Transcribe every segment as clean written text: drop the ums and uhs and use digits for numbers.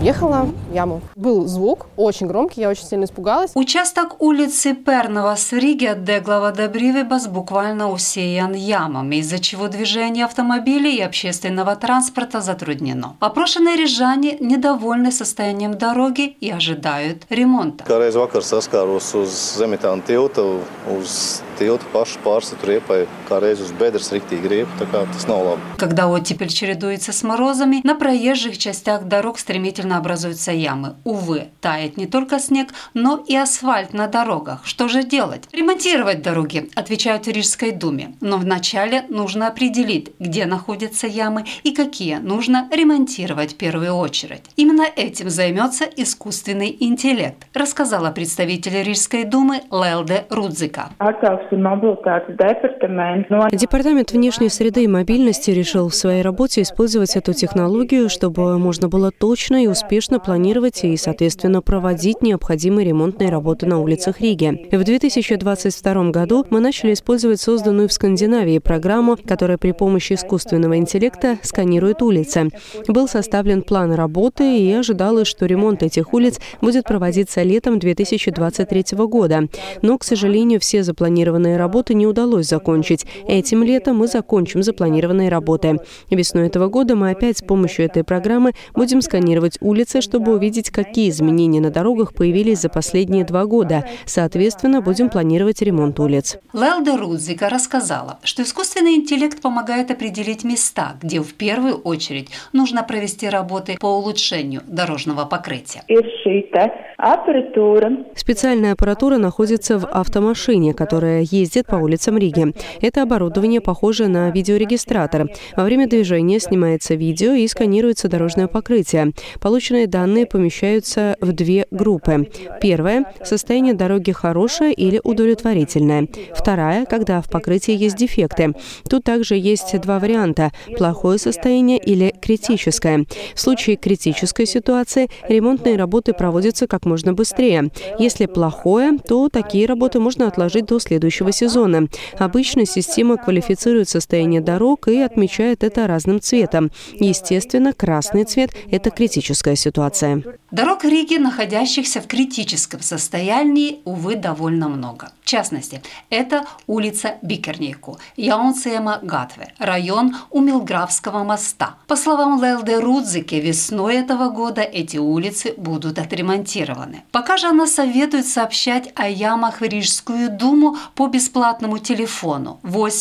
ехала в яму. Был звук очень громкий, я очень сильно испугалась. Участок улицы Пернова в Риге от Деглова до Бривибас буквально усеян ямами, из-за чего движение автомобилей и общественного транспорта затруднено. Опрошенные рижане недовольны состоянием дороги и ожидают ремонта. Когда оттепель чередуется с морозами, на проезжих частях дорог стремительно образуются ямы. Увы, тает не только снег, но и асфальт на дорогах. Что же делать? Ремонтировать дороги, отвечают в Рижской думе. Но вначале нужно определить, где находятся ямы и какие нужно ремонтировать в первую очередь. Именно этим займется искусственный интеллект, рассказала представитель Рижской думы Лелде Рудзика. Департамент внешней среды и мобильности решил в своей работе использовать эту технологию, чтобы можно было точно и успешно планировать и, соответственно, проводить необходимые ремонтные работы на улицах Риги. В 2022 году мы начали использовать созданную в Скандинавии программу, которая при помощи искусственного интеллекта сканирует улицы. Был составлен план работы и ожидалось, что ремонт этих улиц будет проводиться летом 2023 года. Но, к сожалению, все запланированные работы не удалось закончить. Этим летом мы закончим запланированные работы. Весной этого года мы опять с помощью этой программы будем сканировать улицы, чтобы увидеть, какие изменения на дорогах появились за последние 2 года. Соответственно, будем планировать ремонт улиц. Лелде Рудзика рассказала, что искусственный интеллект помогает определить места, где в первую очередь нужно провести работы по улучшению дорожного покрытия. Специальная аппаратура находится в автомашине, которая ездит по улицам Риги. Это оборудование похоже на видеорегистратор. Во время движения снимается видео и сканируется дорожное покрытие. Полученные данные помещаются в 2 группы. Первая – состояние дороги хорошее или удовлетворительное. Вторая – когда в покрытии есть дефекты. Тут также есть 2 варианта – плохое состояние или критическое. В случае критической ситуации ремонтные работы проводятся как можно быстрее. Если плохое, то такие работы можно отложить до следующего сезона. Обычно система квалифицирует состояние дорог и отмечает это разным цветом. Естественно, красный цвет – это критическая ситуация. Дорог в Риге, находящихся в критическом состоянии, увы, довольно много. В частности, это улица Бикернику, Яунсема Гатве, район у Милграфского моста. По словам Лелде Рудзики, весной этого года эти улицы будут отремонтированы. Пока же она советует сообщать о ямах в Рижскую думу по бесплатному телефону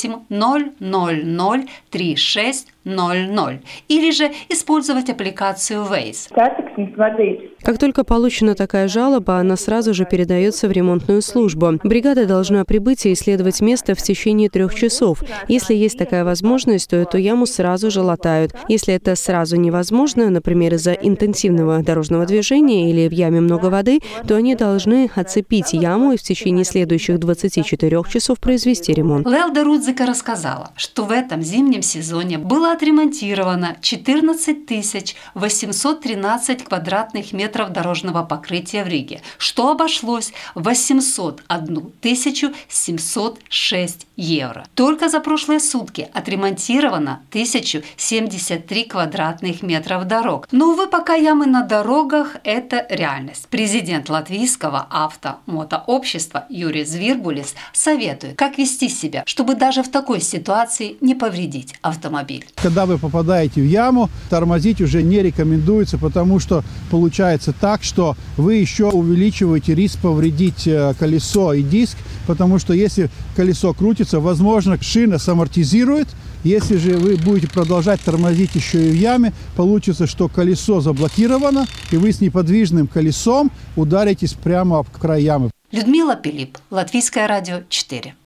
800 36 00 или же использовать аппликацию Waze. Как только получена такая жалоба, она сразу же передается в ремонтную службу. Бригада должна прибыть и исследовать место в течение 3 часов. Если есть такая возможность, то эту яму сразу же латают. Если это сразу невозможно, например, из-за интенсивного дорожного движения или в яме много воды, то они должны оцепить яму и в течение следующих 24 часов произвести ремонт. Лелде Рудзика рассказала, что в этом зимнем сезоне было отремонтировано 14 813 квадратных метров дорожного покрытия в Риге, что обошлось в 801 706 евро. Только за прошлые сутки отремонтировано 1073 квадратных метров дорог. Но, увы, пока ямы на дорогах – это реальность. Президент латвийского автомотообщества Юрий Звирбулис советует, как вести себя, чтобы даже в такой ситуации не повредить автомобиль. Когда вы попадаете в яму, тормозить уже не рекомендуется, потому что получается так, что вы еще увеличиваете риск повредить колесо и диск, потому что если колесо крутится, возможно, шина самортизирует. Если же вы будете продолжать тормозить еще и в яме, получится, что колесо заблокировано, и вы с неподвижным колесом ударитесь прямо в край ямы. Людмила Пилип, Латвийское радио 4.